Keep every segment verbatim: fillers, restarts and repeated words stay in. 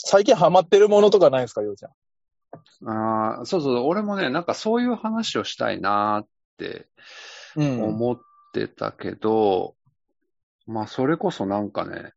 最近ハマってるものとかないですか、ようちゃん。 ああ、そうそう、俺もね、なんかそういう話をしたいなってうん。 思ってたけど、まあ、それこそなんかね、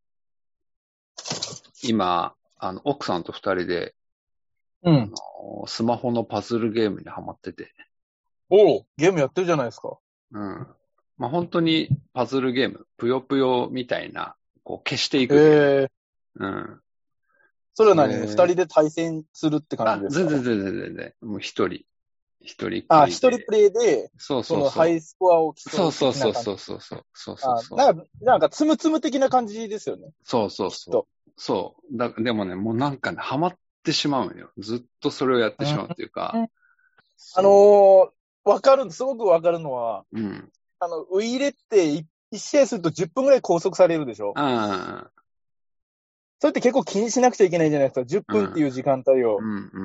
今、あの、奥さんと二人で、 うん。 あの、スマホのパズルゲームにハマってて、 おお、ゲームやってるじゃないですか。 うん。まあ、本当にパズルゲーム、ぷよぷよみたいな、こう消していえくゲーム。 えー、 うん。 それはそ何二人れ、 で対戦するって感じあ、 ですか？ 全然全然全然、もう一人、一人っきあ、 りで。 一人プレイで、 そうそのハそうそイスコアをう。 競うそうそう的な感じ。 そうそうそうそう。そうそうあ、 そう。 なんか、なんか、つむつむ的な感じですよね。 そうそうそきっと。 う。そう。だ、でもね、もうなんかね、ハマってしまうのよ。ずっとそれをやってうん。 しまうっていうか、 あのそー、わかる、すごくわかるのは、 う。うん。 あの、ウイイレってい一試合するとじゅっぷんぐらい拘束されるでしょ？ あそれって結構気にしなくちゃいけないじゃないですか。10 あ、うん。 分っていう時間帯を。 うん、うん、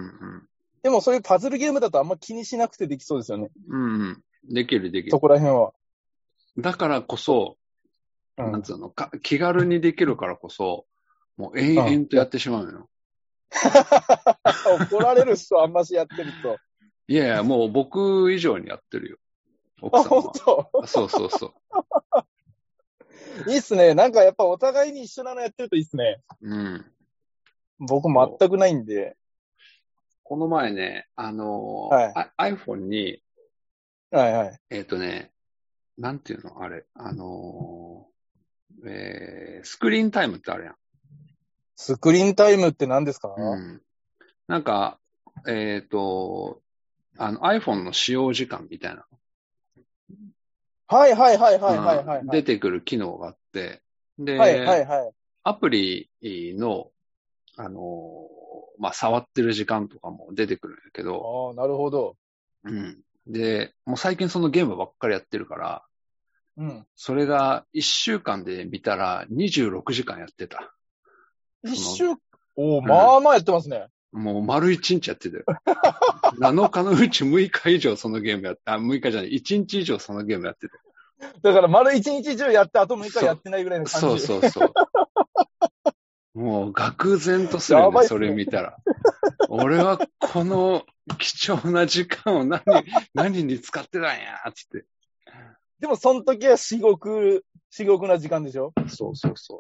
でもそういうパズルゲームだとあんま気にしなくてできそうですよね。 うん。うん、うん。できる、できそる。 こら辺は。 だからこそ、 うん。 なんつうのか、気軽にできるからこそ、もう延うん。や、 々とやってしまうのよ。 怒られる人あんましやってると。 いやいや、もう僕以上にやってるよ。奥あ、 さんは。 本当。 そうそうそいいっすね。なんかやっぱお互いに一緒なのやってるといいっすね。 う。うん。 僕そう全くないんで。 この前ね、あのはい。 ー、あ iPhone に、 はいはい。 えっとね、なんていうのあれ、あのー、えー、スクリーンタイムってあるやん。 スクリーンタイムって何ですか？ うん。なんか、えっと、あの iPhone の使用時間みたいな、 はいはいはいはいはいはいうん、 はい。 出てくる機能があって、 はいはで、 いはい。 アプリの、あのー、まあ、触ってる時間とかも出てくるんやけど、 ああ、なるほど。 うん。で、もう最近そのゲームばっかりやってるから、 うん。 それがいっしゅうかんで見たらにじゅうろくじかんやってた。その、 一週、おお、 うん。 まあまあやってますね。 もう丸いちにちやってたよ。なのかのうちむいか以上そのゲームやって、あ、むいかじゃない、いちにち以上そのゲームやってた。 だから丸一日中やって、あとむいかそう、 やってないぐらいの感そうじ。 そうそう。もう、愕然とするよね、そやばいっすね。 れ見たら。俺はこの貴重な時間を何、何に使ってたんや、つって。 でもその時は至極、至極な時間でしょ？ そうそうそう。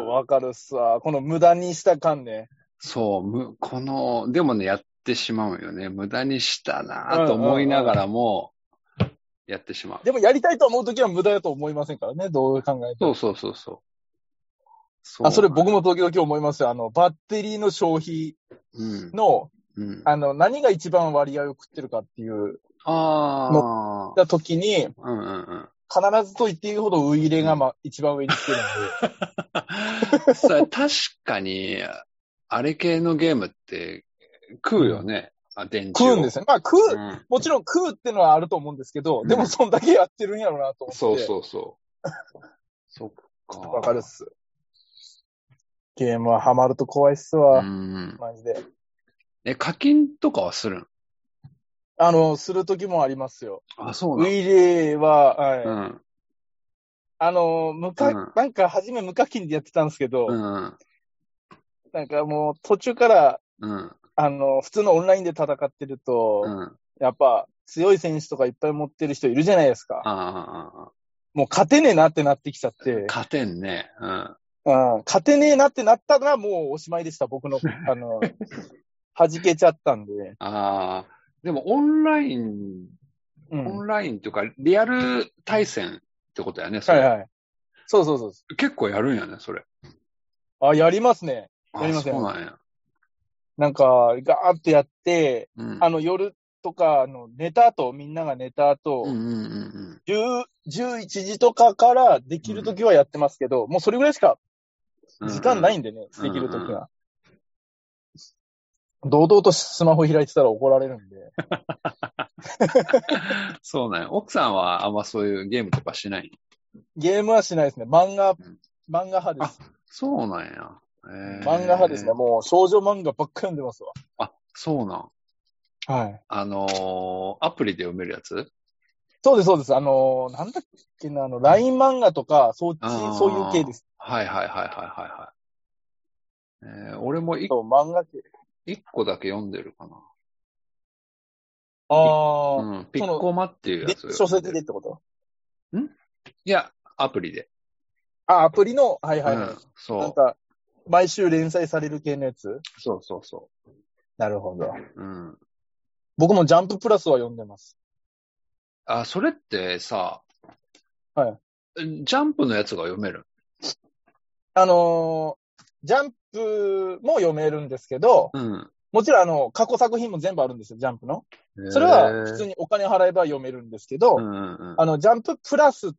そう、 うん、 わかるっすわ。この無駄にした感ね。 そう、む、この、でもね、やってしまうよね。無駄にしたなとうんう思いながんうん。 らも、やってしまう。 でもやりたいと思う時は無駄だと思いませんからね。どう考えても。 そうそうそうそう。 あ、それそうなんよ。 僕も時々思いますよ。あの、バッテリーの消費うん。 の、 うん。 あの、何が一番割合を食ってるかっていうのああ。 だ時に、 うんうんうん。 必ずと言っていいほどウイイレが、 うん。 ま、一番上に来てるんで。 さ、確かに、あれ系のゲームって食うん。 うよね。あ、電池を。 食うんですよ。まあ食う、 うん。 もちろん食うってのはあると思うんですけど、でもうん。 そんだけやってるんやろうなと思っそうて。 そうそう。そっわかるっか。 す。ゲームはハマると怖いっすうわ。 ん。 マジで。 え、課金とかはするん？ あの、する時もありますよ。 あ、そうなん。 ウイイレは、はい。 うん。 あの、無課、 うん。 なんか初め無課金でやってたんですけうど、 ん。 なんかもう途中から、 うん。 あの、普通のオンラインで戦ってると、 うん。 やっぱ強い選手とかいっぱい持ってる人いるじゃないですか。 あもう勝てねえなってなってきちゃっあ、 て、 勝てんね。うん。 うん、勝てねえなってなったらもうおしまいでした、僕の、あの、弾けちゃったんで。 ああ、でもオンライン、 うん。 オンラインというか、リアル対戦ってことやね、それ。 はいはい。そうそうそう。 結構やるんやね、それ。 あ、やりますね。やあ、 ります、やります。 そうなんや。 なんか、ガーってやって、 うん。 あの、夜とか、あの、寝た後、みんなが寝た後、 うんうんうんじゅう、じゅういちじとかからできるとうん。 きはやってますけど、もうそれぐらいしかうん時間ないうん。 んでね、 うできるとんうん。 きは。堂々とスマホ開いてたら怒られるんで。 そうなんや。奥さんはあんまそういうゲームとかしない？ ゲームはしないですね。漫画、 うん、 漫画派であ、 す。 そうなんや。 うん、漫画派ですね。 ええ、 もう少女漫画ばっか読んでますわ。 あ、そうなん。 はい。 あのーアプリで読めるやつ？ そうです、そうです。あのーなんだっけな、あの、ライン 漫画とか、そっち、そういう系ああ、 です。 はいはいはいはいはいはい。 えー、俺も一そう、漫画系。 一個だけ読んでるかな。 ああ、 うん。ピその、 ッコマっていうやで、 つを書籍読んでる。 でってこと？ んいや、アプリで。 あ、アプリの、はいはいはい。 うん。そなんか、毎週連載される系のやつ？ う。そうそうそなるほど。 う。うん。 僕もジャンププラスは読んでます。 あ、それってさ、 はい。 ジャンプのやつが読める？ あのージャンプも読めるんですけど、 うん。 もちろんあの、過去作品も全部あるんですよ、ジャンプの。 へそれは普通え。 にお金払えば読めるんですけうど、 んうんうん。 あの、ジャンププラスって、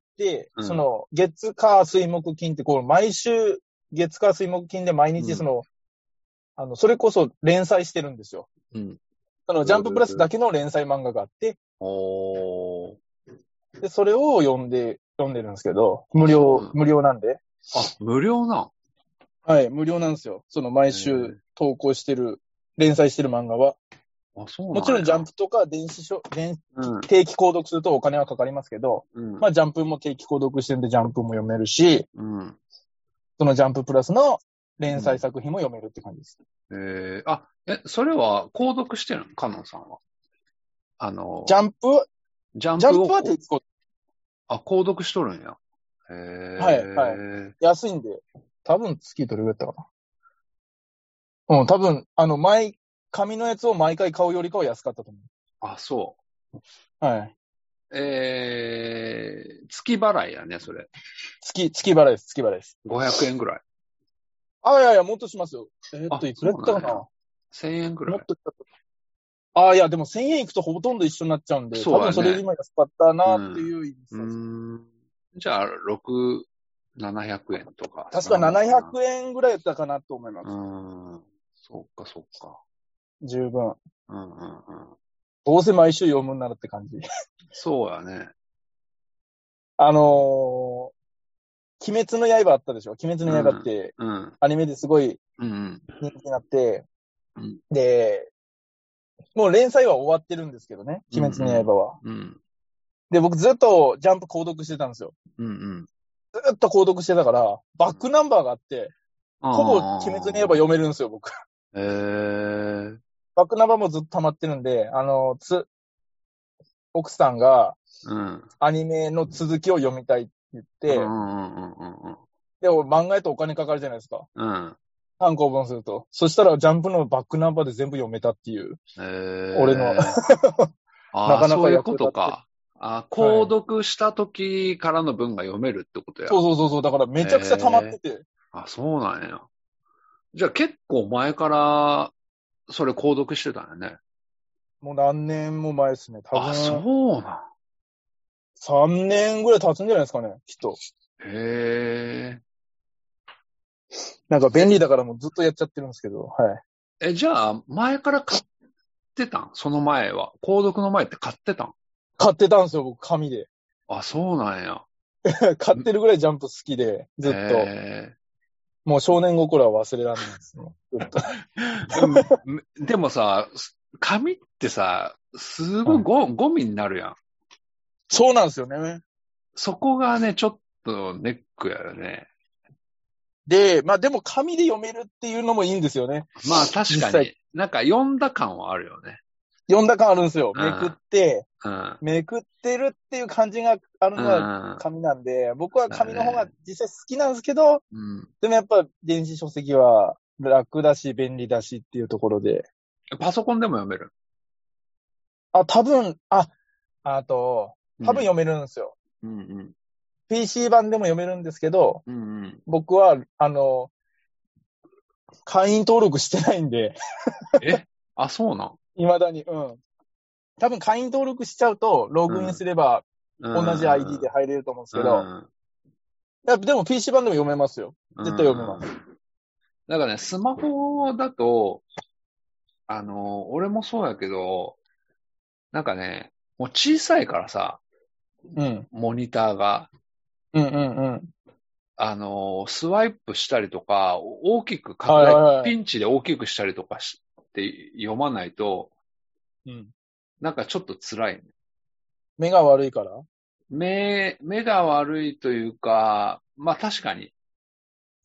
うん。 その、月火水木金ってこう、毎週、月火水木金で毎日その、あの、それこそ連載してるんですよ。 うん。 その、ジャンププラスだけの連載漫画があって、 おー。 で、それを読んで、読んでるんですけど、無料、 そうなの？ 無料なんで。 あ、無料なん？ はい、無料なんですよ。その、毎へ週え。 投稿してる、連載してる漫画は。 あ、そうもちろんジャンなんや。 プとか電子書、電うん。 定期購読するとお金はかかりますけど、 うん。 まあジャンプも定期購読してるんでジャンプも読めるし、 うん。 そのジャンププラスの連載うん。 作品も読めるって感じです。 えー、あ、え、それは購読してるのカノンさんは？あの、 ジャンプ、 ジャンジャンプはプをこ、 定期購あ、購読しとるんや。へ読。はい、はい。 え。 安いんで、多分月どれぐらいだったかな。うん、多分、あの、毎、紙のやつを毎回買うよりかは安かったと思あ、そう。はい。 う。えー、月払いやね、それ。 月、月払いです、月払いです。 ごひゃくえんぐらい。 あ、いやいや、もっとしますよ。えーっあ、 と、いくらやったかな？ そうなんや。せんえんぐらい。 もっとしたと。あ、いや、でもせんえんいくとほとんど一緒になっちゃうんで、多そうやね。 分それよりも安かったうなっていう印象です。 ん。うーん。じゃあ、ろく、ななひゃくえんとか、そ確かんなもんかななひゃくえんぐらいやったかなと思いまな。 す。 うーん。そっか、そっか。 十分。 うんうんうん。 どうせ毎週読むんならって感じ。 そうやね。 あのー、鬼滅の刃あったでしょ？鬼滅の刃っうん。 て、 うん。 アニメですごいうん人気になって、 うん。 で、もう連載は終わってるんですけどね、 うん鬼滅の刃は。 うん。 で、僕ずっとジャンプ購読してたんですよ。 うんうん。 ずっと購読してたから、バックナンバーがあって、ほぼ鬼あ滅の刃読めるんですよ、僕。 あ。へえ。 バックナンバーもずっと溜まってるんで、あの、つ、奥さんがうん。 アニメの続きを読みたいって言っうんうて、 んうんうんで、漫画やとお金かかるじゃないですか。 うん。うん。 単行本すると。そしたらジャンプのバックナンバーで全部読めたっていう、 へ俺のえ。ああ、 なかなかそういうこ役立って。 とか。あ、購はい。 読した時からの文が読めるってことや。 そうそうそうそう。だからめちゃくちゃ溜まってへえ。 て。 あ、そうなんや。じゃあ結構前からそれ購読してたんやね。 もう何年も前ですね。多あ、 分、 そうなさんねんぐらい経つんじゃないですかね。きっと。 ん。へなんかえ。え、 便利だからもうずっとやっちゃってるんですけど。はい。 え、じゃあ前から買ってたん？その前は。購読の前って買ってたん？ 買ってたんですよ、僕、紙で。 あ、そうなんや。 買ってるぐらいジャンプ好きで、ずっと。 へもう少年心は忘れられないですね。ずっと。 え。うんでもさ、紙ってさ、すごいはい。 ゴ、ゴミになるやん。 そうなんですよね。 そこがね、ちょっとネックやよね。 で、まあでも紙で読めるっていうのもいいんですよね。 まあ確か実際。 に、なんか読んだ感はあるよね。 読んだ感あるんですよ。めくっうん、 て、 うん、 めくってるっていう感じがあるうのはん。 紙なんで、僕はだ紙の方がね。 実際好きなんですけど、 うん。 でもやっぱ電子書籍は楽だし便利だしっていうところで。 パソコンでも読める。 あ、多分、あ、あと、 うん、 多分読めるんですよ。 うん、うん、 ピーシー 版でも読めるんですけど、 うん、うん。 僕は、あの、会員登録してないんで、 えあ、そうなん？ 未だに、うん。多分会員登録しちゃうと、ログインうん、 すればう同じ アイディーん、 で入れると思うんですうけど、 ん、 やっぱでも ピーシー 版でも読めますよ。 う絶対読めまん。 す。 だからね、スマホだと、あの、俺もそうやけど、なんかね、もう小さいからさ、 うん。 モニターが、 うんうんうん。 あの、スワイプしたりとか、大きく拡はい大、 はいはい。 ピンチで大きくしたりとかして読まないと、 うん。 なんかちょっと辛いね。 目が悪いから。 目、目が悪いというか、まあ確かに、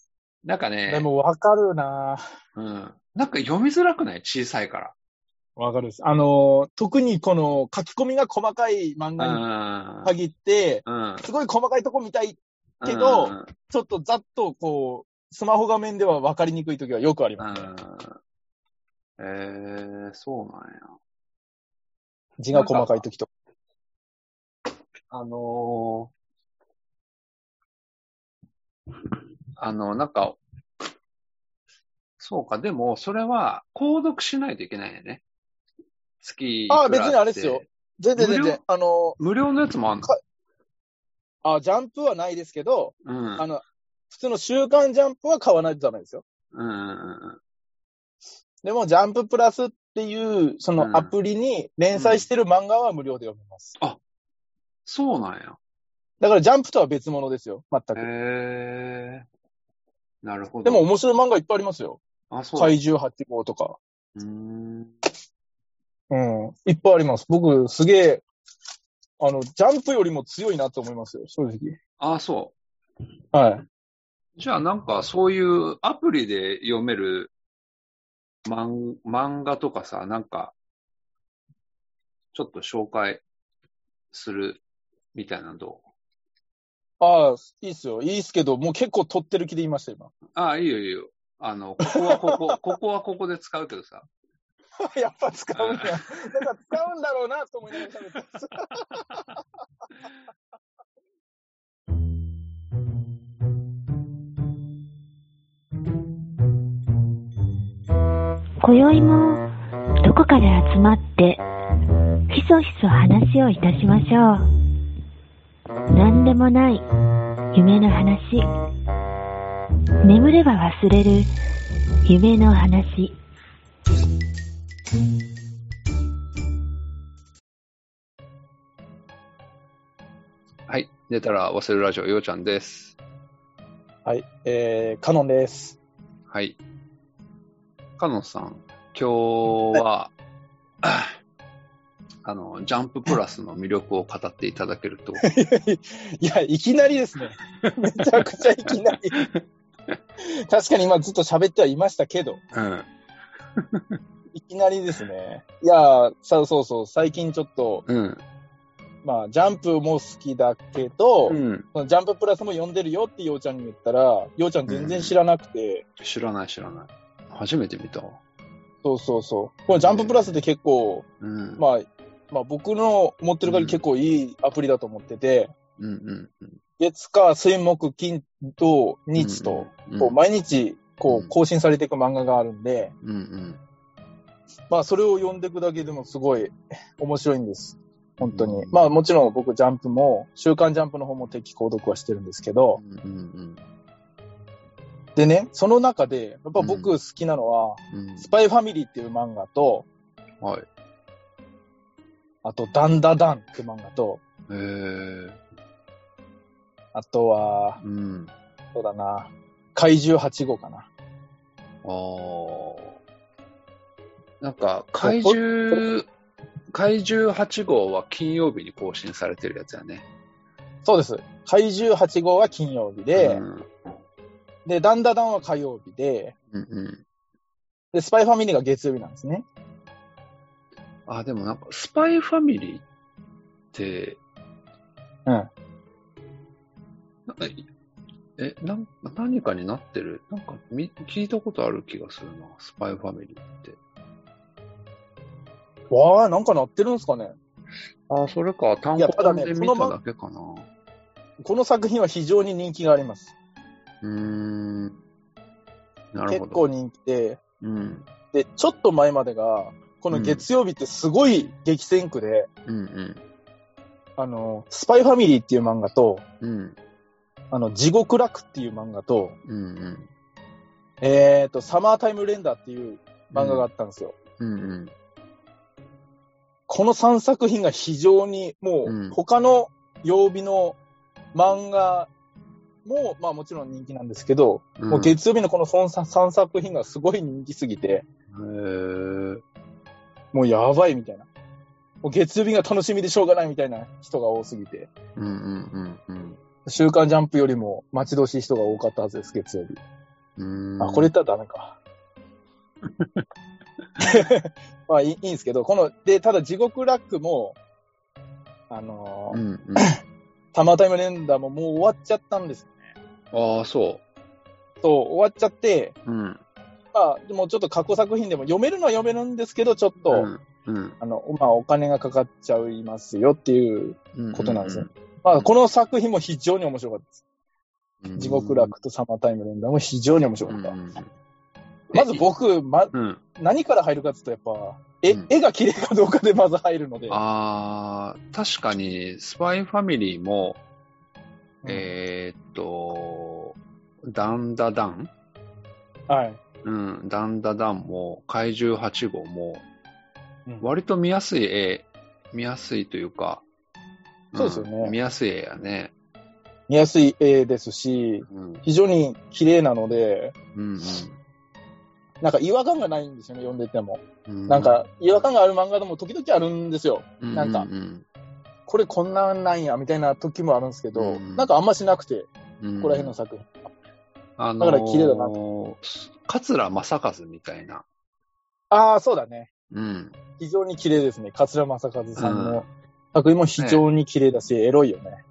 なんかね、 でもわかるなうん。なんか読みづらくない？小さいかわかるです。あの、特にこの書き込みが細かい漫画にら。 限って、 うん。うん。 すごい細かいとこ見たいうけど、 ん。 ちょっとざっとこう、スマホ画面では分かりにくいときはよくありますね。 えー、そうなんや。 字が細かいときと。 あのー、あの、なんか、そうか、でも、それは、購読しないといけないよね。月いああ、別くらっにあれですよ。 て。 全然無料、 全然。あの、 無料のやつもあんの？ かあ、ジャンプはないですけど、 うん。 あの、普通の週刊ジャンプは買わないとダメですよ。 うんうんでも、ジャンププラスっていう、そうん。 のアプリに連載してる漫画は無料で読めます。 あ、そうなんや。 だからジャンプとは別物ですよ。全へく。 えー、なるほでもど。 面白い漫画いっぱいありますよ。 あ、そ怪獣はち号とか。 う。うーん。 うん。いっぱいあります。僕、すげえ、あの、ジャンプよりも強いなと思いますよ。正直。 あ、そはい。 う。じゃあなんかそういうアプリで読める漫漫画とかさ、なんかちょっと紹介するみたいなのどう？ ああ、いいっすよ。いいっすけど、もう結構撮ってる気で言いました、今。 ああ、いいよいいよ。あの、ここはここ、ここはここで使うけどさ。 やっぱ使うんや。 あなんか使うんだろうなと思いながら喋ってます。 今宵もどこかで集まってひそひそ話をいたしましょう。何でもない夢の話。眠れば忘れる夢の話。 はい。寝たら忘れるラジオ、ようちゃんです。 はい。えー、カノンです。 はい。かのんさん、今日は、はい、あの、ジャンププラスの魅力を語っていただけると。 いや、いきなりですね。めちゃくちゃいきなり。確かに今ずっと喋ってはいましたけど。 うん。 いきなりですね。いや、そうそうそう、最近ちょっと、 うん。 まあ、ジャンプも好きだけど、 うん、 そのジャンププラスも読んでるよってようちゃんに言ったら、ようちゃん全然知らなくて、 うん、知らない知らない。初めて見たわ。 そうそうそう。このジャンププラスって結構、 うん、 まあ、まあ僕の持ってる限り結構いいアプリだと思ってて、 うんうんうん、 月火水木金と日と、 うんうん、 こう毎日こう更新されていく漫画があるんで、 うんうん、 まあそれを読んでいくだけでもすごい面白いんです。本当に。うん、まあもちろん僕ジャンプも、週刊ジャンプの方も定期購読はしてるんですけど、 うんうんうん、 でね、その中で、やっぱ僕好きなのは、うん、スパイファミリーっていう漫画と、 はい。 あと、ダンダダンって漫画と、 へー、 あとは、うん、そうだな、怪獣はち号かな。ああ。なんか、怪獣、怪獣はち号は金曜日に更新されてるやつやね。 そうです。怪獣はち号は金曜日で、うん、で、ダンダダンは火曜日で、うんうん、で、スパイファミリーが月曜日なんですね。 あ、でもなんか、スパイファミリーって、うん。なんか、え、なん、何かになってる？なんか、み、聞いたことある気がするな、スパイファミリーって。 わー、なんかなってるんすかね？ あ、それか、単行本で見ただけかな。 この、この作品は非常に人気があります。 うーん。なるほど。 結構人気で、 うん。 で、ちょっと前までが、この月曜日ってすごい激戦区で、うんうん、あの、スパイファミリーっていう漫画と、うん、あの、地獄楽っていう漫画と、うんうん、えっと、サマータイムレンダーっていう漫画があったんですよ。うんうんうん、このさんさく品が非常にもう、他の曜日の漫画も、まあもちろん人気なんですけど、うん、もう月曜日のこのさんさく品がすごい人気すぎて、へー、もうやばいみたいな。もう月曜日が楽しみでしょうがないみたいな人が多すぎて。うんうんうんうん、週刊ジャンプよりも待ち遠しい人が多かったはずです、月曜日。 うーんあ、これ言ったらダメか。まあいい、いいんですけど、この、で、ただ地獄ラックも、あのー、うんうん、タマータイム連打ももう終わっちゃったんですよね。 ああ、そう。 そう、終わっちゃって、うん、まあ、でもちょっと過去作品でも読めるのは読めるんですけど、ちょっと、うんうん、あの、まあ、お金がかかっちゃいますよっていうことなんですね。うんうんうん、まあ、この作品も非常に面白かったです。うん、地獄楽とサマータイム連打も非常に面白かった。うんうん、まず僕、ま、うん、何から入るかって言うと、やっぱ、絵、うん、絵が綺麗かどうかでまず入るので。 ああ、確かに、スパイファミリーも、うん、えー、っと、ダンダダンはい。 うん、ダンダダンも、怪獣はち号も、割と見やすい絵、見やすいというか、 そうですよね。 うん、見やすい絵やね。 見やすい絵ですし、うん、非常に綺麗なので、うんうん、なんか違和感がないんですよね、読んでても。うん、なんか違和感がある漫画でも時々あるんですよ。うんうんうん、なんか、これこんなんなんや、みたいな時もあるんですけど、うん、なんかあんましなくて、うん、ここら辺の作品。あのー、だから綺麗だなと。 桂正和みたいな。 ああ、そうだね。 うん。 非常に綺麗ですね。桂正和さんの作品も非常に綺麗だし、ね、エロいよね。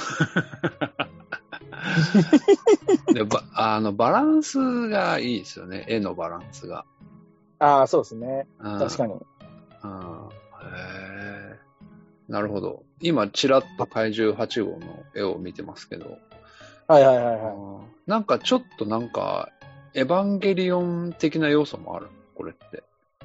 でばあのバランスがいいですよね。絵のバランスが。 ああ、そうですね。確かに。 あへー、なるほど。今、ちらっと怪獣はち号の絵を見てますけど。 はいはいはいはい。 なんかちょっとなんか、エヴァンゲリオン的な要素もあるこれって。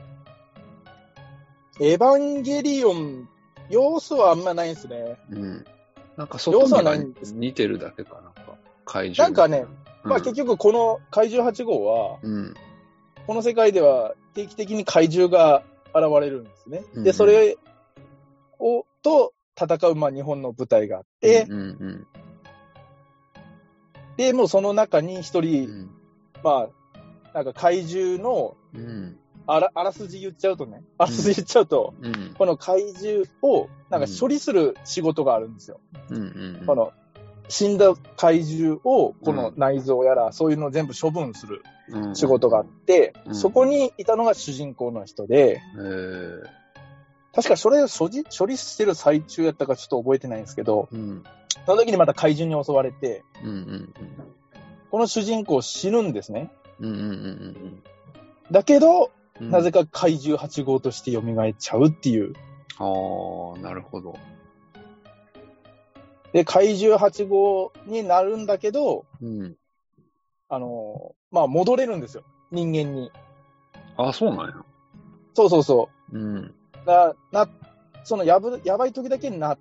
エヴァンゲリオン、要素はあんまないですね。 うん。なんか外見が似てるだけかなんか。怪獣。 なんかね、うん、まあ結局この怪獣はち号は、うん、この世界では定期的に怪獣が現れるんですね。うんうん、で、それを、と戦う、まあ日本の舞台があって、うんうんうん、で、もうその中に一人、うん、まあ、なんか怪獣の、うんあら、あらすじ言っちゃうとね、あらすじ言っちゃうと、うん、この怪獣をなんか処理する仕事があるんですよ。うんうんうん、この死んだ怪獣をこの内臓やら、そういうのを全部処分する仕事があって、うんうん、そこにいたのが主人公の人で、うん、確かそれを処理、処理してる最中やったかちょっと覚えてないんですけど、うん、その時にまた怪獣に襲われて、うんうんうん、この主人公死ぬんですね。うんうんうんうん、だけど、うん、なぜか怪獣はち号として蘇っちゃうっていう。 ああ、なるほど。 で、怪獣はち号になるんだけど、うん、あの、まあ、戻れるんですよ。人間に。 ああ、そうなんや。 そうそうそう。うん。な、な、そのやぶ、やばい時だけになって、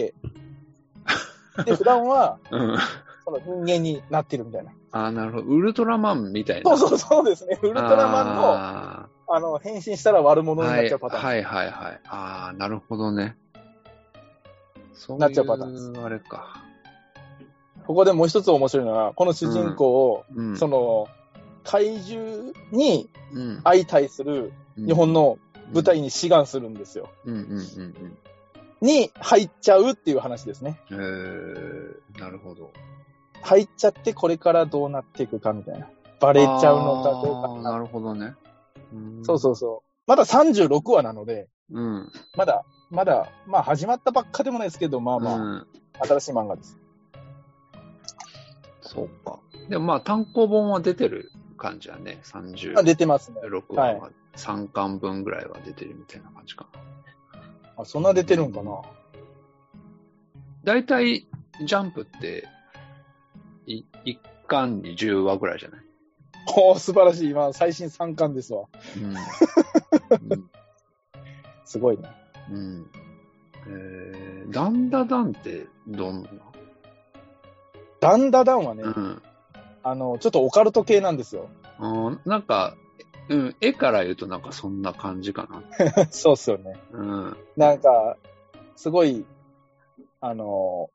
で、普段は、うん、その人間になってるみたいな。 ああ、なるほど。ウルトラマンみたいな。 そうそうそうですね。ウルトラマンの、あ, あの、変身したら悪者になっちゃうパターン。 はい、はい、はいはい。ああ、なるほどね。そういうなっちゃうパターンです。 あれか。 ここでもう一つ面白いのは、この主人公を、うん、その、怪獣に相対する日本の舞台に志願するんですよ。うんうんうんうん、に入っちゃうっていう話ですね。 へー、なるほど。 入っちゃってこれからどうなっていくかみたいな。バレちゃうのかどうか。 なるほどね。 うんそうそうそう。まださんじゅうろくわなので、うん、まだ、まだ、まあ始まったばっかでもないですけど、まあまあ、うん、新しい漫画です。 そうか。でもまあ単行本は出てる感じはね、さんじゅうろくわ。 あ、出てますね。 はい。さんかんぶんぐらいは出てるみたいな感じかな。 あ、そんな出てるんかな。 だいたいジャンプって、いっかんにじゅうわぐらいじゃない？ おー、素晴らしい。今、最新さんかんですわ。うんうん、すごいね。うん。 えー、ダンダダンってどんな？ ダンダダンはね、うん、あの、ちょっとオカルト系なんですよ。 うん、なんか、うん、絵から言うとなんかそんな感じかな。そうっすよね。うん。なんか、すごい、あの、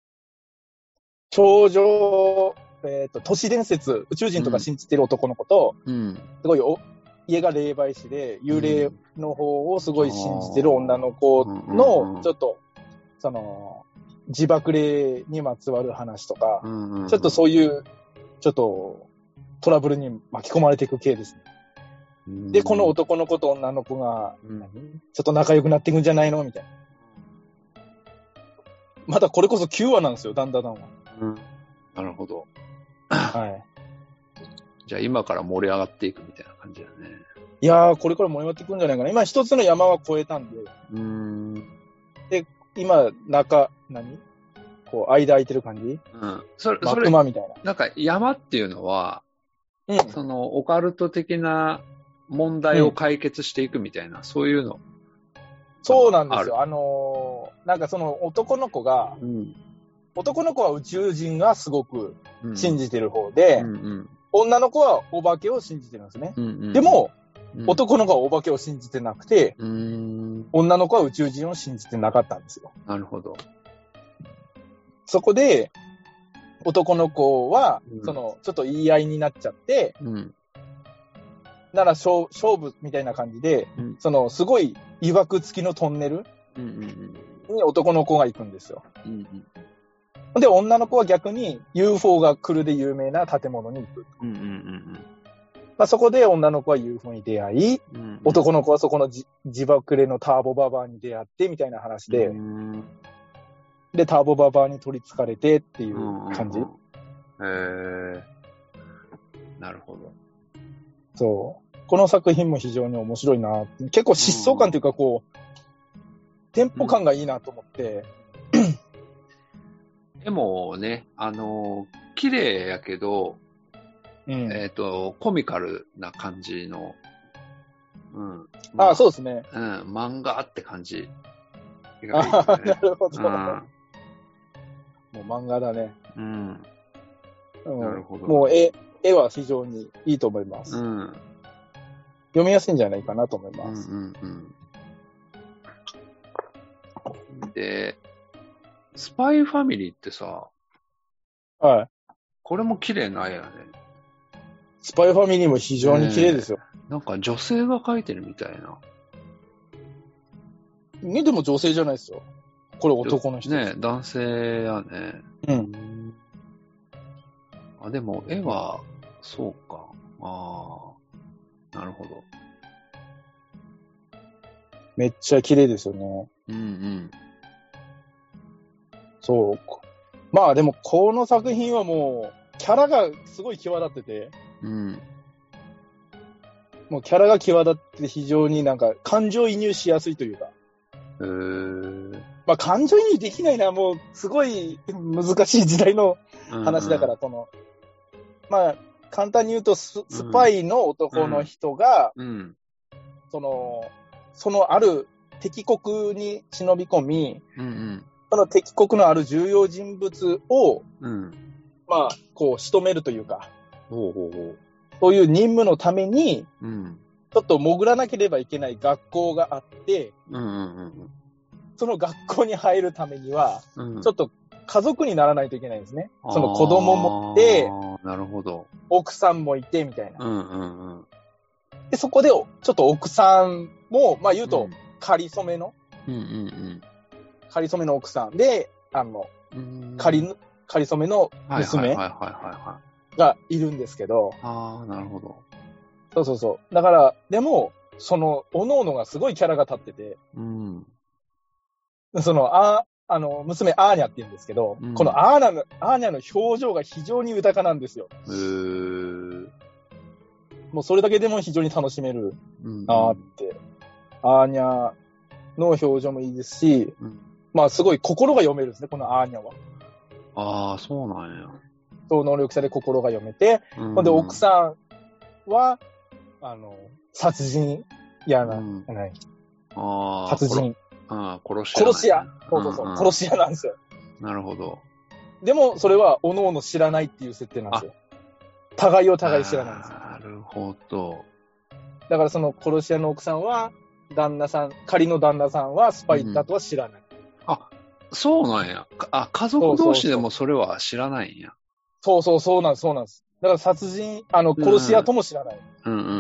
頂上、えっと、都市伝説、宇宙人とか信じてる男の子と、うん、すごいお、家が霊媒師で、幽霊の方をすごい信じてる女の子の、ちょっと、その、自爆霊にまつわる話とか、うんうんうん、ちょっとそういう、ちょっと、 トラブルに巻き込まれていく系ですね。で、この男の子と女の子が、うん、ちょっと仲良くなっていくんじゃないのみたいな。まだこれこそきゅうわなんですよ、ダンダダンは。 うん。なるほど。 はい。 じゃあ今から盛り上がっていくみたいな感じだね。 いやー、これから盛り上がっていくんじゃないかな。今一つの山は越えたんで。 うーん。 で、今、中、何こう、間空いてる感じうん。それ、 マクマみたいな。 なんか山っていうのは、 うん。 その、オカルト的な問題を解決していくみたいな、うん、そういうの。 そうなんですよ。あのー、なんかその男の子が、うん、男の子は宇宙人がすごく信じてる方で、うんうん、女の子はお化けを信じてるんですね。うんうん、でも、うん、男の子はお化けを信じてなくて、うん、女の子は宇宙人を信じてなかったんですよ。 なるほど。 そこで、男の子は、うん、その、ちょっと言い合いになっちゃって、うん、なら勝、勝負みたいな感じで、うん、その、すごい曰く付きのトンネルに男の子が行くんですよ。うんうん、で、女の子は逆に ユーフォー が来るで有名な建物に行く。うんうんうんうんまあ、そこで女の子は ユーフォー に出会い、うんうん、男の子はそこのじ自爆霊のターボババアに出会ってみたいな話で、うんで、ターボババアに取り憑かれてっていう感じ。へ、 うん、えー。なるほど。 そう。この作品も非常に面白いな。結構疾走感というかこう、テンポ感がいいなと思って。 うん、絵もね、あの、綺麗やけど、うん、えっ、ー、と、コミカルな感じの。うん。 まあ、ああ、そうですね。 うん、漫画って感じ。 いいね、ああ、なるほど。うん、もう漫画だね。うん。うん、なるほど。もう絵、絵は非常にいいと思います。うん。読みやすいんじゃないかなと思います。うんうんうん。で、スパイファミリーってさ、 はい。 これも綺麗な絵やね。 スパイファミリーも非常に綺麗ですよ。 ね、なんか女性が描いてるみたいな。 ね、でも女性じゃないですよ。これ男の人です。 ね、男性やね。うん。あ、でも絵は、そうか。ああ、なるほど。 めっちゃ綺麗ですよね。うんうん。そう。まあでもこの作品はもう、キャラがすごい際立ってて、うん。もうキャラが際立って非常になんか感情移入しやすいというか。へー。まあ感情移入できないな、もうすごい難しい時代の話だから、うんうん、この、まあ簡単に言うとス、スパイの男の人が、うんうん、その、そのある敵国に忍び込み、うんうん、その敵国のある重要人物を、うん、まあ、こう仕留めるというか、ほうほうほう、そういう任務のために、うん、ちょっと潜らなければいけない学校があって、うんうんうん、その学校に入るためには、うん、ちょっと家族にならないといけないんですね。その子供もいて、 なるほど、 奥さんもいてみたいな。うんうんうん、でそこでちょっと奥さんも、まあ言うと、仮初めの、うんうんうん、仮初めの奥さんで、あの、仮、仮初めの娘がいるんですけど。 ああ、なるほど。 そうそうそう。だから、でも、その、おのおのがすごいキャラが立ってて、うん、その、あ、あの、娘アーニャって言うんですけど、うん、このアーニャの、アーニャの表情が非常に豊かなんですよ。へー。もうそれだけでも非常に楽しめるなーって。うん、アーニャの表情もいいですし、うん、まあすごい心が読めるんですね、このアーニャは。 ああ、そうなんや。 そう、能力者で心が読めて、うん、ほんで奥さんは、あの、殺人屋な、うん、ない。あ殺人。 ああ、殺し屋。 殺し屋。そうそうそう、うんうん、殺し屋なんですよ。 なるほど。 でも、それは、おのおの知らないっていう設定なんですよ。互いを互い知らないんですよ。 なるほど。 だからその殺し屋の奥さんは、旦那さん、仮の旦那さんはスパイだとは知らない。うん、 あ、そうなんや。あ、家族同士でもそれは知らないんや。 そうそうそうなんです、そうなんです。だから殺人、あの、殺し屋とも知らない。うんうんうんうん。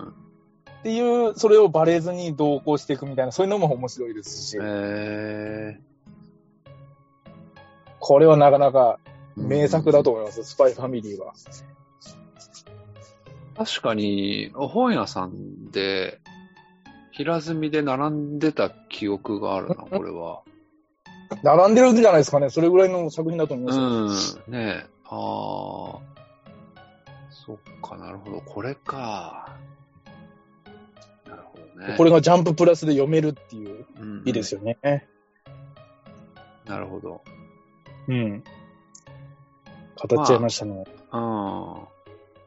っていう、それをバレずに同行していくみたいな、そういうのも面白いですし。へー。これはなかなか名作だと思います、うん、スパイファミリーは。 確かに、本屋さんで、平積みで並んでた記憶があるな、これは。 並んでるんじゃないですかね。それぐらいの作品だと思いますよ。 うん。ねえ。ああ。そっか、なるほど。これか。なるほどね。 これがジャンププラスで読めるっていう、うんうん、いいですよね。 なるほど。 うん。語っちゃいましたね。 まあ、あ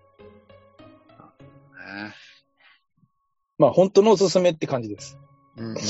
あ。ね。 まあ、本当のおすすめって感じです。 うんうんうん。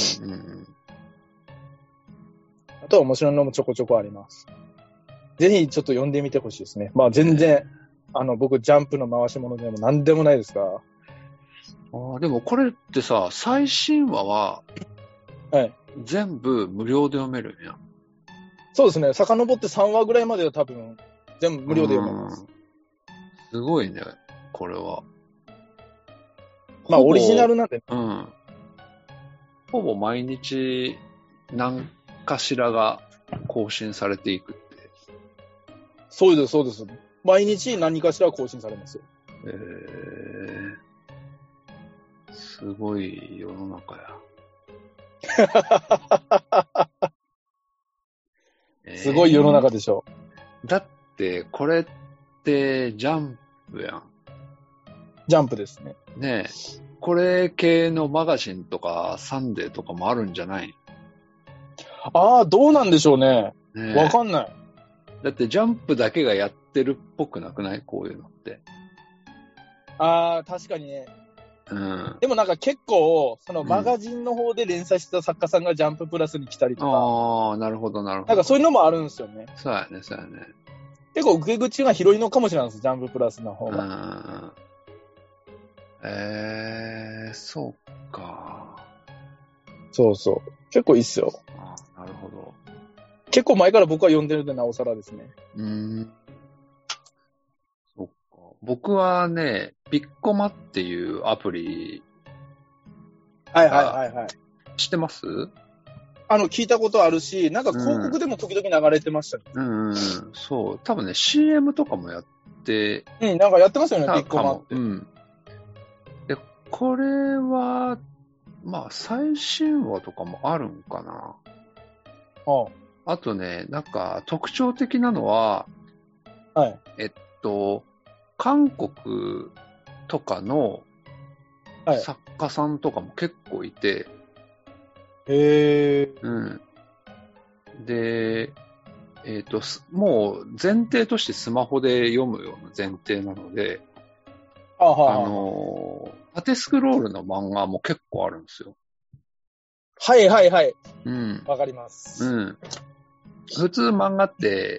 あとは面白いのもちょこちょこあります。ぜひちょっと読んでみてほしいですね。まあ全然、あの、僕ジャンプの回し物でも何でもないですから。 ああ、でもこれってさ、最新話は、 はい。 全部無料で読めるんや。 そうですね。遡ってさんわぐらいまでは多分、全部無料で読めます。 すごいね、これは。 まあ、オリジナルなんで。 うん。ほぼ毎日、何かしらが更新されていくって。 そうです、そうです。毎日何かしら更新されますよ。 えー、すごい世の中や。 すごい世の中でしょ。 えー、だって、これってジャンプやん。 ジャンプですね。 ねえ。これ系のマガジンとかサンデーとかもあるんじゃない？ ああ、どうなんでしょうね。ね、わかんない。 だってジャンプだけがやってるっぽくなくない？こういうのって。 ああ、確かにね。 うん。 でもなんか結構、そのマガジンの方で連載した作家さんがジャンププラスに来たりとか。 ああ、なるほどなるほど。 なんかそういうのもあるんですよね。 そうやね、そうやね。 結構受け口が広いのかもしれないです、ジャンププラスの方が。 うん。えー、そうか。 そうそう。結構いいっすよ。 ああ、なるほど。 結構前から僕は読んでるんでなおさらですね。 うーん。そっか。僕はね、ピッコマっていうアプリ。 はいはいはいはい。 知ってます？ あの、聞いたことあるし、なんか広告でも時々流れてましたね。 うん、うん、そう。多分ね、シーエム とかもやって、 うん、なんかやってますよね、ピッコマって。 うん。で、これは、まあ、最新話とかもあるんかな。 ああとね、なんか特徴的なのは、 はい。 えっと、韓国とかの作家さんとかも結構いて、 へえ。 うん。で、えっと、もう前提としてスマホで読むような前提なので、 あはあの、縦スクロールの漫画も結構あるんですよ。 はいはいはい。 うん。 わかります。 うん。普通漫画って、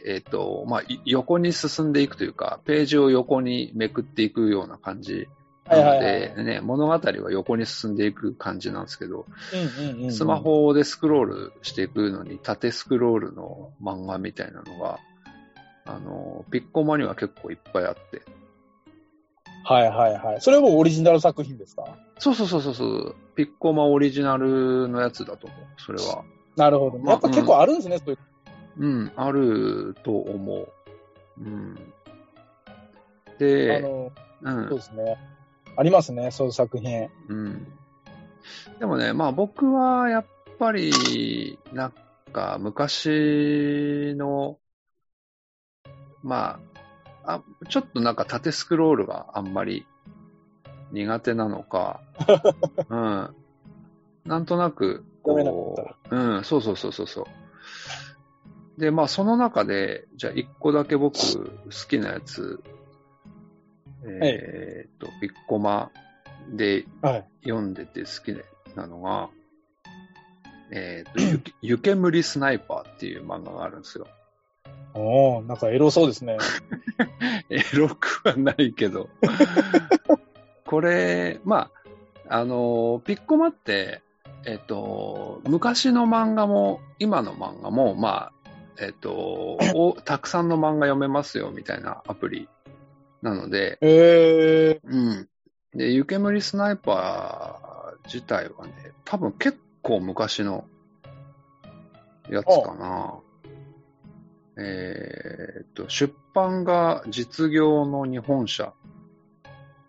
えっと、まあ、横に進んでいくというか、ページを横にめくっていくような感じなので、はいはいはい、ね、物語は横に進んでいく感じなんですけど、 うんうんうんうん、 スマホでスクロールしていくのに、縦スクロールの漫画みたいなのが、あの、ピッコマには結構いっぱいあって。 はいはいはい。それもオリジナル作品ですか？ そうそうそうそう。ピッコマオリジナルのやつだと思う、それは。 なるほど。やっぱ結構あるんですね、そういう。 うん、あると思う。うん。で、 あの、 うん、 そうですね。ありますね、そういう作品。 うん。でもね、まあ僕はやっぱり、なんか昔の、まあ、あ、ちょっとなんか縦スクロールがあんまり苦手なのか、うん。なんとなく、こう、うん、そうそうそうそうそう。で、まあその中で、じゃあ一個だけ僕好きなやつ、えー、っと、ピッコマで読んでて好きなのが、はい、えー、っと、ゆけ、湯煙スナイパーっていう漫画があるんですよ。 おー、なんかエロそうですね。 エロくはないけど。これ、まあ、あの、ピッコマって、えっと、昔の漫画も、今の漫画も、まあ、えっと、おたくさんの漫画読めますよ、みたいなアプリなので、 えー、 うん。で、湯煙スナイパー自体はね、多分結構昔のやつかな。えー、っと、出版が実業の日本社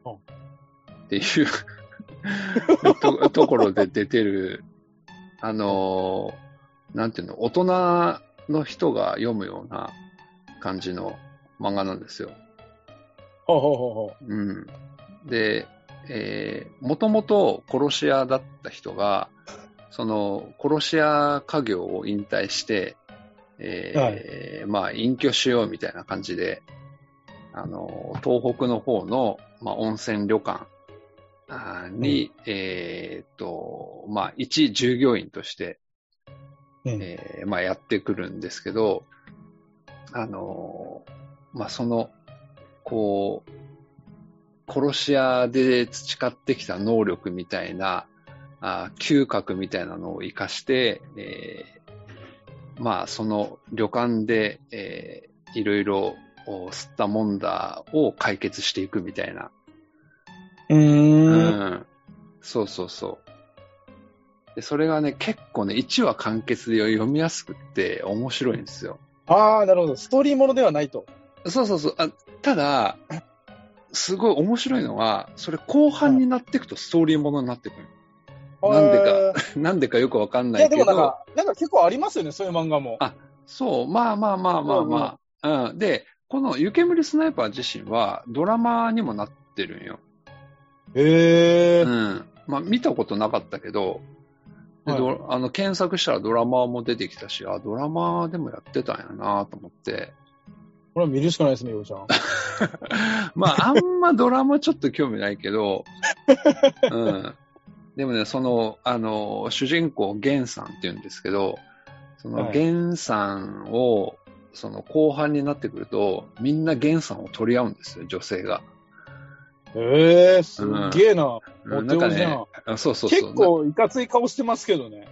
っていうと, ところで出てる、あのー、なんていうの、大人の人が読むような感じの漫画なんですよ。 ほうほうほうほう。 うん。で、えー、もともと殺し屋だった人が、その殺し屋家業を引退して、えーはい、まあ隠居しようみたいな感じで、あの、東北の方の、まあ、温泉旅館に、うん、えー、っと、まあ、一従業員として、うん、えー、まあ、やってくるんですけど、あの、まあ、その、こう、殺し屋で培ってきた能力みたいな、あ嗅覚みたいなのを活かして、えー、まあ、その旅館で、えー、いろいろ吸ったもんだを解決していくみたいな。 うーん。うん。 そうそうそう。で、それがね、結構ね、いちわ完結で読みやすくって面白いんですよ。 ああ、なるほど。ストーリーものではないと。 そうそうそう。あただ、すごい面白いのは、それ後半になっていくとストーリーものになってくる。なんでか、なんでかよくわかんないけど。いや、でもなんか、なんか結構ありますよね、そういう漫画も。 あ、そう、まあまあまあまあまあ。うん、うん。で、この湯煙スナイパー自身はドラマにもなってるんよ。 へー。 うん。まあ見たことなかったけど、ではい、あの検索したらドラマも出てきたし、あ、ドラマでもやってたんやなと思って。 これは見るしかないですね、ようちゃん。 まあ、あんまドラマちょっと興味ないけど、うん。でもね、その、あの、主人公、ゲンさんって言うんですけど、その、ゲンさんを、はい、その、後半になってくると、みんなゲンさんを取り合うんですよ、女性が。 ええー、すげえな。 うん、 モテ男じゃん。 ね、そうそうそう。 結構、いかつい顔してますけどね。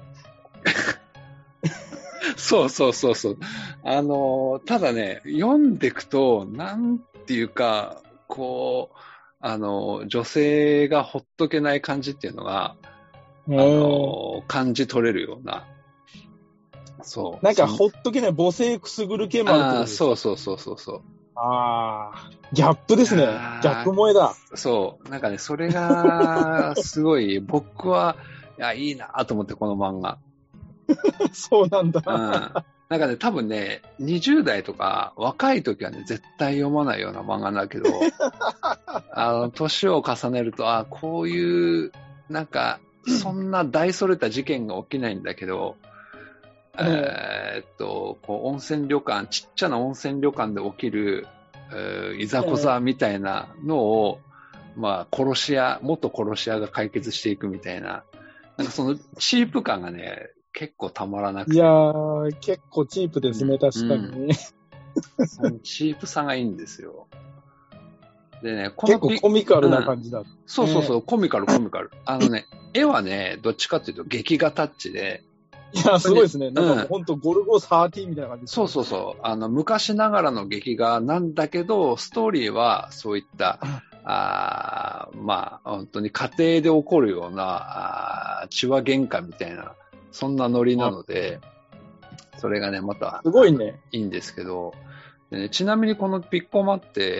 そうそうそうそう。あの、ただね、読んでいくと、なんていうか、こう、あの、女性がほっとけない感じっていうのが、あの、感じ取れるような。そう。 なんか、ほっとけない母性くすぐる系もあるってことですか？ そうそうそうそうそう。 ああ、ギャップですね。ギャップ萌えだ。 そう。なんかね、それが、すごい、僕は、いや、いいなと思って、この漫画。 そうなんだ。 うん。なんかね、多分ね、にじゅう代とか若い時はね、絶対読まないような漫画だけど、あの、年を重ねると、あ、こういう、なんか、そんな大それた事件が起きないんだけど、うん、えー、っと、こう、温泉旅館、ちっちゃな温泉旅館で起きる、えー、いざこざみたいなのを、うん、まあ、殺し屋、元殺し屋が解決していくみたいな、なんかそのチープ感がね、結構たまらなくて。 いやー、結構チープですね、うん、確かにね、 うん。チープさがいいんですよ。でね、 この結構コミカルな感じだ、うん。 そうそうそう、コミカル、コミカル。あのね、絵はね、どっちかっていうと劇画タッチで。 いや、すごいですね。なんかほんとゴルゴサーティーみたいな感じです、 ね、うん。そうそうそう。あの、昔ながらの劇画なんだけど、ストーリーはそういった、あまあ、本当に家庭で起こるような、あ血は喧嘩みたいな、そんなノリなので、それがね、また、 すごいね。 いいんですけど、でね、ちなみにこのピッコマって、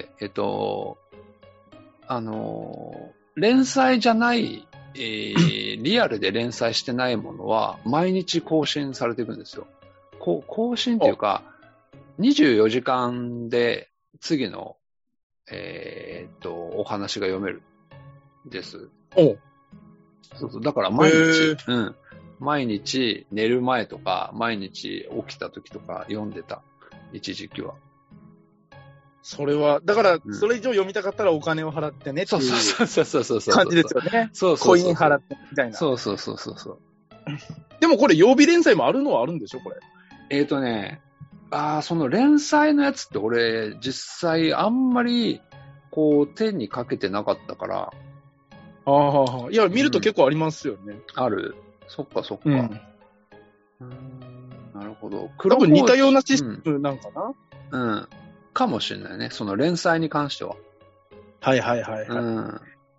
えっと、あの、連載じゃない、えー、リアルで連載してないものは、毎日更新されていくんですよ。こ更新っていうか、にじゅうよじかんで次の、えー、っと、お話が読めるんです。 おそうそう。だから毎日、うん。毎日寝る前とか、毎日起きた時とか読んでた。一時期は。 それは、だから、それ以上読みたかったらお金を払ってねっていう、 そうそうそうそうそう感じですよね。 そうそうそう。 コイン払ってみたいな。 そうそうそうそうそう。 でもこれ曜日連載もあるのはあるんでしょこれ。 えっとね、ああ、その連載のやつって俺、実際あんまり、こう、手にかけてなかったから。 ああ、いや、見ると結構ありますよね。うん、 ある。そっかそっか。うん、うんなるほど。 多分似たようなシステムなんかな、うん、うん。かもしれないね。その連載に関しては。 はいはいはい、はい。 うん。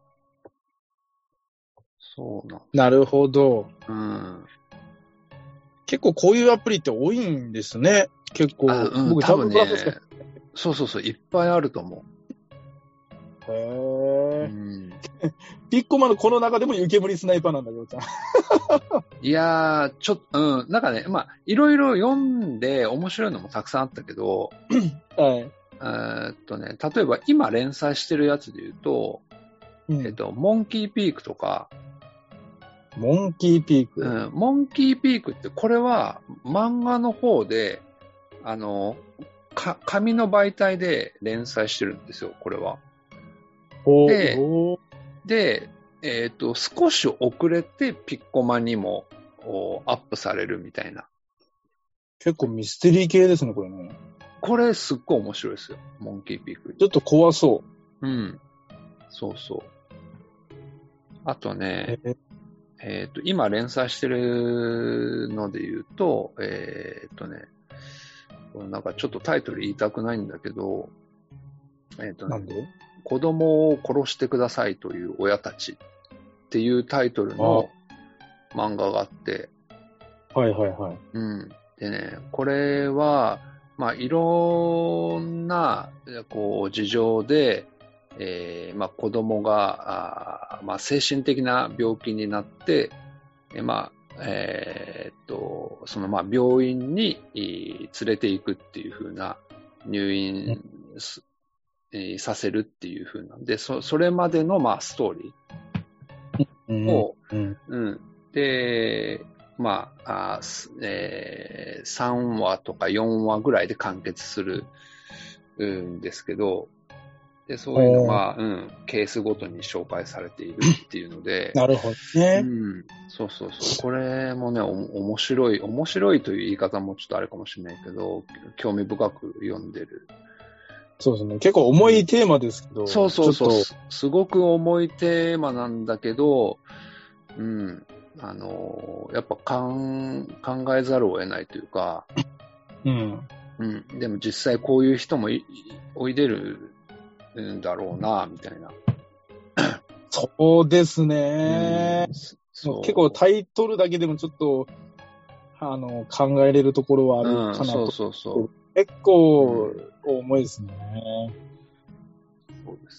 そうなん。 なるほど。 うん。 結構こういうアプリって多いんですね。結構。 うん、僕多分ね。そうそうそう。いっぱいあると思う。 へー。うん、ピッコマのこの中でも湯煙スナイパーなんだよ、ちゃん。 いやー、ちょっと、うん、なんかね、まあ、いろいろ読んで面白いのもたくさんあったけど、はい。えーっとね、例えば今連載してるやつで言うと、うん、えっと、モンキーピークとか、 モンキーピーク、 うん、モンキーピークってこれは漫画の方で、あの、か紙の媒体で連載してるんですよ、これは。で、で、えっと、少し遅れてピッコマにもアップされるみたいな。 結構ミステリー系ですね、これね。 これすっごい面白いですよ、モンキーピーク。 ちょっと怖そう。 うん。そうそう。あとね、ええっと、今連載してるので言うと、えっとね、なんかちょっとタイトル言いたくないんだけど、えっとね、 なんで？ 子供を殺してくださいという親たちっていうタイトルの漫画があって、 はいはいはい。 うん。でね、これは、まあ、いろんな、こう、事情で、えー、まあ、子供が、あまあ、精神的な病気になって、えまあ、えー、っと、その、まあ、病院に連れて行くっていう風な入院、えー、させるっていう風なんで、そ、それまでの、まあ、ストーリーを、うん、うん、で、まあ、あえー、さんわとかよんわぐらいで完結するんですけど、でそういうのが、うん、ケースごとに紹介されているっていうので、 なるほどね。 うん、そうそうそう。これもね、お面白い、面白いという言い方もちょっとあれかもしれないけど、興味深く読んでる。 そうですね。結構重いテーマですけど。 そうそうそう。すごく重いテーマなんだけど、うん。あの、やっぱかん考えざるを得ないというか、うん。うん。でも実際こういう人もいおいでるんだろうな、みたいな。 そうですね、うん、そう結構タイトルだけでもちょっと、あの、考えれるところはあるかなと。うん、そうそうそう。結構重いですね。 そうです。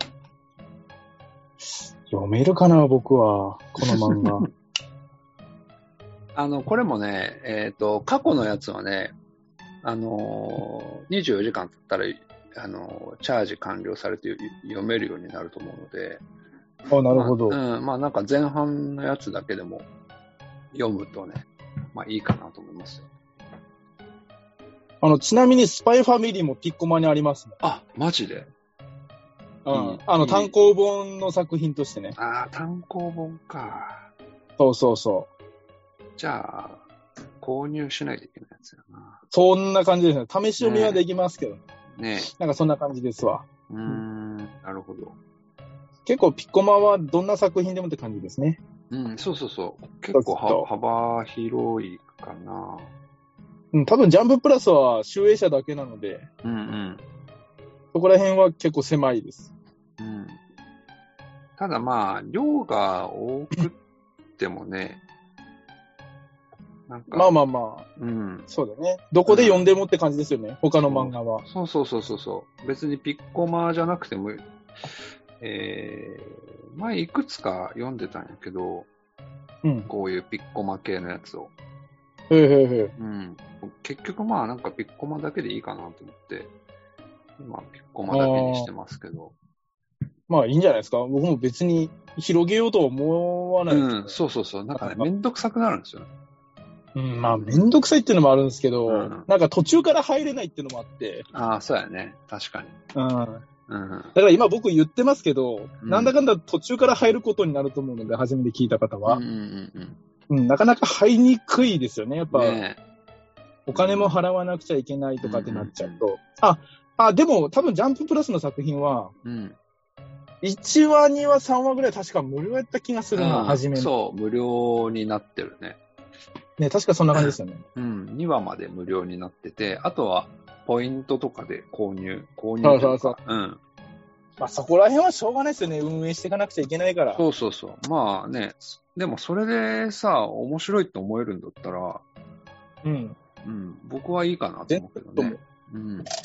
読めるかな、僕は、この漫画。 あの、これもね、えっと、過去のやつはね、あのー、にじゅうよじかん経ったら、あのー、チャージ完了されて読めるようになると思うので。 あ、なるほど。 まあ、うん、まあなんか前半のやつだけでも読むとね、まあいいかなと思いますよ。 あの、ちなみにスパイファミリーもピッコマにありますね。 あ、マジで？ うん。あの、単行本の作品としてね。 ああ、単行本か。 そうそうそう。 じゃあ、購入しないといけないやつだな。 そんな感じですね。試し読みはできますけど。 ねえ。 なんかそんな感じですわ。 うーん、なるほど。 結構ピッコマはどんな作品でもって感じですね。 うん、そうそうそう。結構は幅広いかな。 うん、多分ジャンププラスは集英社だけなので。 うんうん。 そこら辺は結構狭いです。 うん。ただまあ、量が多くってもね、 なんかまあまあまあ、うん。そうだね。どこで読んでもって感じですよね、うん、他の漫画は。 そうそうそうそうそう。別にピッコマじゃなくても、えー、前いくつか読んでたんやけど、うん、こういうピッコマ系のやつを。 へえへえへえ。 うん。結局まあなんかピッコマだけでいいかなと思って、今ピッコマだけにしてますけど。 まあいいんじゃないですか。僕も別に広げようとは思わないです、ね。 うん、そうそうそう。なんかね、めんどくさくなるんですよね。 うん、まあめんどくさいっていうのもあるんですけど、うん、なんか途中から入れないっていうのもあって。 ああ、そうやね。確かに。 うん。うん、だから今僕言ってますけど、うん、なんだかんだ途中から入ることになると思うので、初めて聞いた方は。うんうんうんうん、なかなか入りにくいですよね。やっぱ、ね、お金も払わなくちゃいけないとかってなっちゃうと。うんうんうん、あ、あ、でも多分ジャンププラスの作品は、うん、いちわ、にわ、さんわぐらい確か無料やった気がするな、初めの。 そう、無料になってるね。 ね、確かそんな感じですよね。 うん、にわまで無料になってて、あとはポイントとかで購入、購入とか。そうそうそう。うん。 まあそこら辺はしょうがないですよね。運営していかなくちゃいけないから。 そうそうそう。まあね、でもそれでさ、面白いって思えるんだったら、うん。うん、僕はいいかなと思うけどね。うん。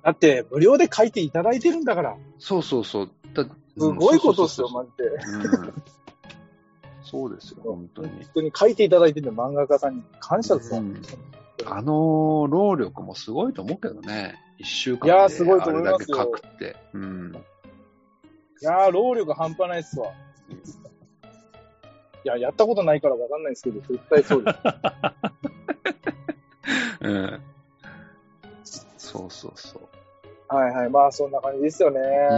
だって、無料で書いていただいてるんだから。 そうそうそう。だすごいことですよ、マジで。 うん。そうですよ、本当に。 本当に書いていただいてる漫画家さんに感謝ですよ。うん、 あの労力もすごいと思うけどね。一週間であれだけ書くって。うん。 いやー、労力半端ないっすわ。いや、やったことないからわかんないですけど、絶対そうです。 うん。そうそうそう。 はいはい。まあ、そんな感じですよね。うん。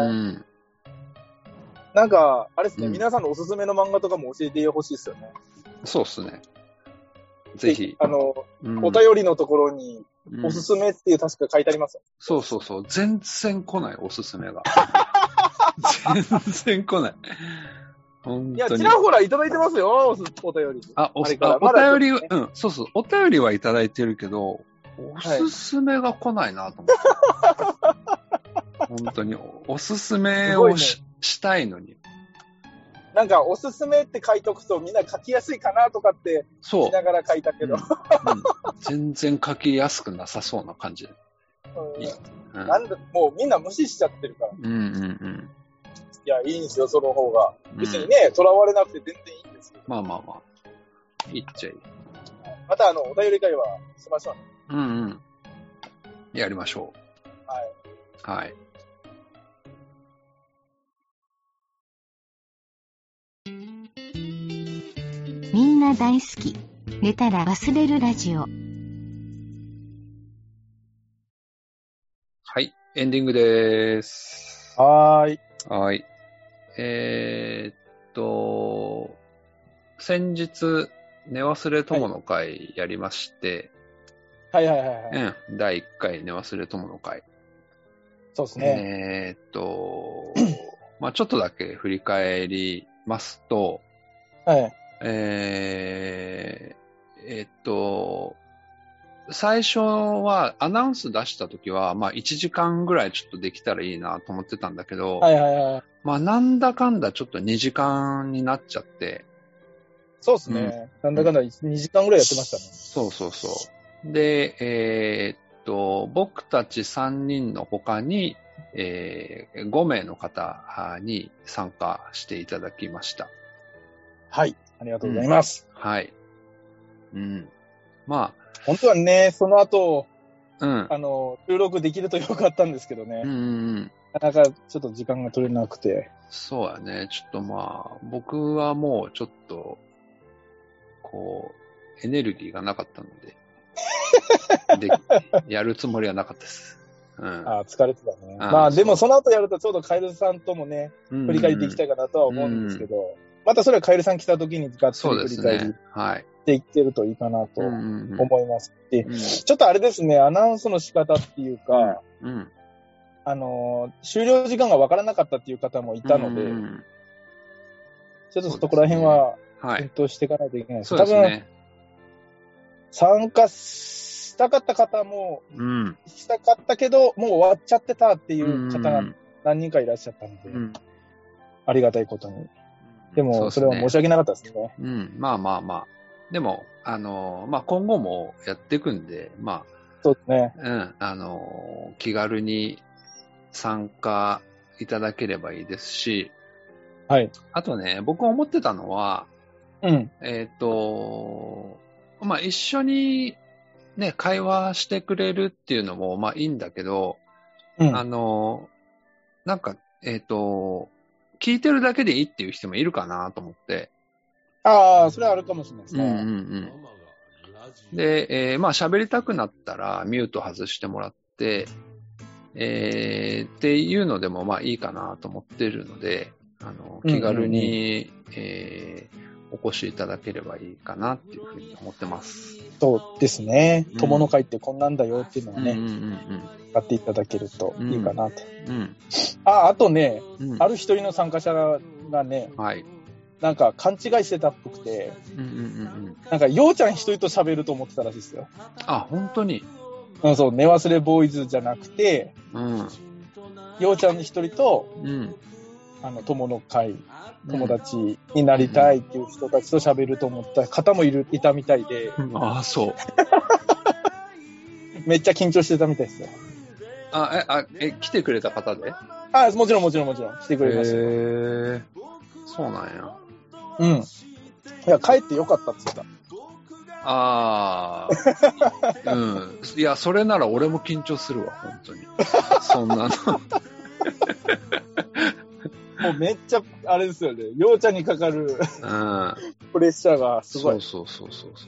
なんか、あれですね、うん、皆さんのおすすめの漫画とかも教えてほしいですよね。 そうっすね。ぜひ。 あの、うん、お便りのところに、おすすめっていう確か書いてありますよ、 うん。そうそうそう。全然来ない、おすすめが。全然来ない。本当に。 いや、ちらほらいただいてますよ、お便り。 あ、お, ああお便り、うん、そうそう。お便りはいただいてるけど、おすすめが来ないなと思って。はい、本当に、おすすめを し,、ね、したいのに。 なんか、おすすめって書いとくとみんな書きやすいかなとかって、そう。しながら書いたけど、うんうん。 全然書きやすくなさそうな感じ。 うんうん、なんだ、もうみんな無視しちゃってるから。 うんうんうん。 いや、いいんですよ、その方が。別にね、とらわれなくて全然いいんですよ。 まあまあまあ。いいっちゃいい。 また、あの、お便り会はしましょうね。 うんうん。やりましょう。はい。 はい。 みんな大好き。寝たら忘れるラジオ。 はい、エンディングでーす。 はーい。 はい。えー、っと、先日、寝忘れ友の会やりまして、 はい、はいはいはいはい。 うん、だいいっかい寝忘れ友の会。 そうですね。 えー、っと、まあちょっとだけ振り返りますと、 はい。 えー、えー、っと、最初はアナウンス出した時は、まあいちじかんぐらいちょっとできたらいいなと思ってたんだけど、 はいはいはい。 まあなんだかんだちょっとにじかんになっちゃって、 そうですね、うん。なんだかんだにじかんぐらいやってましたね。 そうそうそう。で、えー、っと、僕たちさんにんの他に、えー、ごめいの方に参加していただきました。 はい。ありがとうございます。 うん、はい。うん。まあ。 本当はね、その後、 うん。 あの、収録できるとよかったんですけどね。 うんうんうん。 なかなかちょっと時間が取れなくて。 そうやね。ちょっとまあ、僕はもうちょっと、こう、エネルギーがなかったので、で、やるつもりはなかったです。うん。 ああ、疲れてたね。あまあ、でもその後やるとちょうどカエルさんともね、振り返りできたいかなとは思うんですけど、うんうん、またそれはカエルさん来た時にがっつり振り返りでいってるといいかなと思います。で、うん、ちょっとあれですね、アナウンスの仕方っていうか、 うん、 あのー、終了時間がわからなかったっていう方もいたので、うん、ちょっとそこら辺は検討していかないといけないです。 はい、そうですね。 多分、参加したかった方も、 うん、 したかったけど、もう終わっちゃってたっていう方が何人かいらっしゃったので、うん、ありがたいことに。でも、それは申し訳なかったですね。 うん、まあまあまあ。でも、あのー、まあ今後もやっていくんで、まあ、 そうですね。 うん、あのー、気軽に参加いただければいいですし、 はい。 あとね、僕思ってたのは、 うん。 えっと、まあ一緒にね、会話してくれるっていうのも、まあいいんだけど、 うん、 あのー、なんか、えっと、聞いてるだけでいいっていう人もいるかなと思って。 ああ、それはあるかもしれないですね。 うんうんうん。で、えー、まあ喋りたくなったらミュート外してもらって、えー、っていうのでもまあいいかなと思ってるので、あの、気軽に、うんうんうん、えー、お越しいただければいいかなっていうふうに思ってます。 そうですね。友の会ってこんなんだよっていうのをね、 うんうんうんうん使っていただけるといいかなと。 うんうん、 あ、あとね、 うん、 ある一人の参加者がね、 はい、 なんか勘違いしてたっぽくて、 うんうんうん、 なんかようちゃん一人と喋ると思ってたらしいですよ。 あ、本当に？ うん、そう、寝忘れボーイズじゃなくて、 うん、 ようちゃん一人と、 うん、 あの友の会、友達になりたいっていう人たちと喋ると思った方もいるいたみたいで、 うん、ああ、そう。 めっちゃ緊張してたみたいですよ。 あ、え、あ、え、来てくれた方で？ あ、もちろんもちろんもちろん。来てくれました。へー。そうなんや。 うん。いや、帰ってよかったっつった。 ああ。うん。いや、それなら俺も緊張するわ、本当に。そんなの。 もうめっちゃ、あれですよね。りょうちゃんにかかる、うん、プレッシャーがすごい。 そうそうそうそうそう。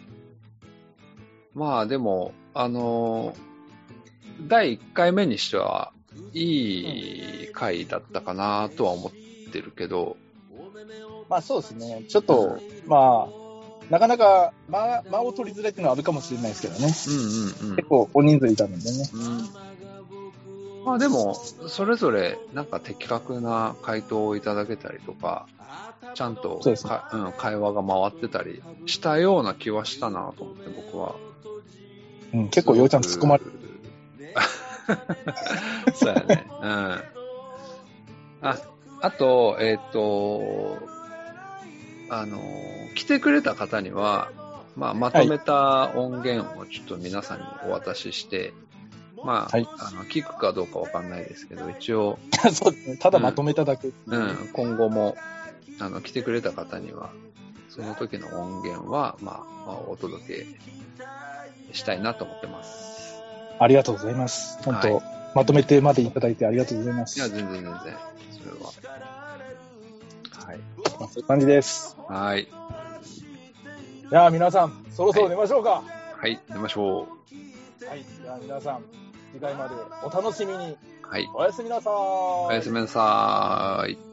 まあでも、あのー、だいいっかいめにしては、いい回だったかなとは思ってるけど。 まあそうですね。ちょっと、うん、まあ、なかなか間、間を取りづらいっていうのはあるかもしれないですけどね。うんうんうん。結構大人数いたのでね。 うん、まあでも、それぞれなんか的確な回答をいただけたりとか、ちゃんとか、ね、うん、会話が回ってたりしたような気はしたなと思って僕は。 うん、結構ようちゃん突っ込まれる。 そうやね。うん。あ、あと、えっと、あの、来てくれた方には、まあ、まとめた音源をちょっと皆さんにお渡しして、はい、まあ、はい、あの、聞くかどうかわかんないですけど、一応。 そうですね。ただまとめただけ、 うん。うん。今後も、あの、来てくれた方には、その時の音源は、まあ、まあ、お届けしたいなと思ってます。 ありがとうございます。本当、はい、まとめてまでいただいてありがとうございます。 いや、全然全然。それは。はい。 まあ、そういう感じです。 はい。いや、皆さん、そろそろ寝ましょうか。はい、はい、寝ましょう。はい。じゃあ皆さん、次回までお楽しみに。 はい。 おやすみなさーい。 おやすみなさーい。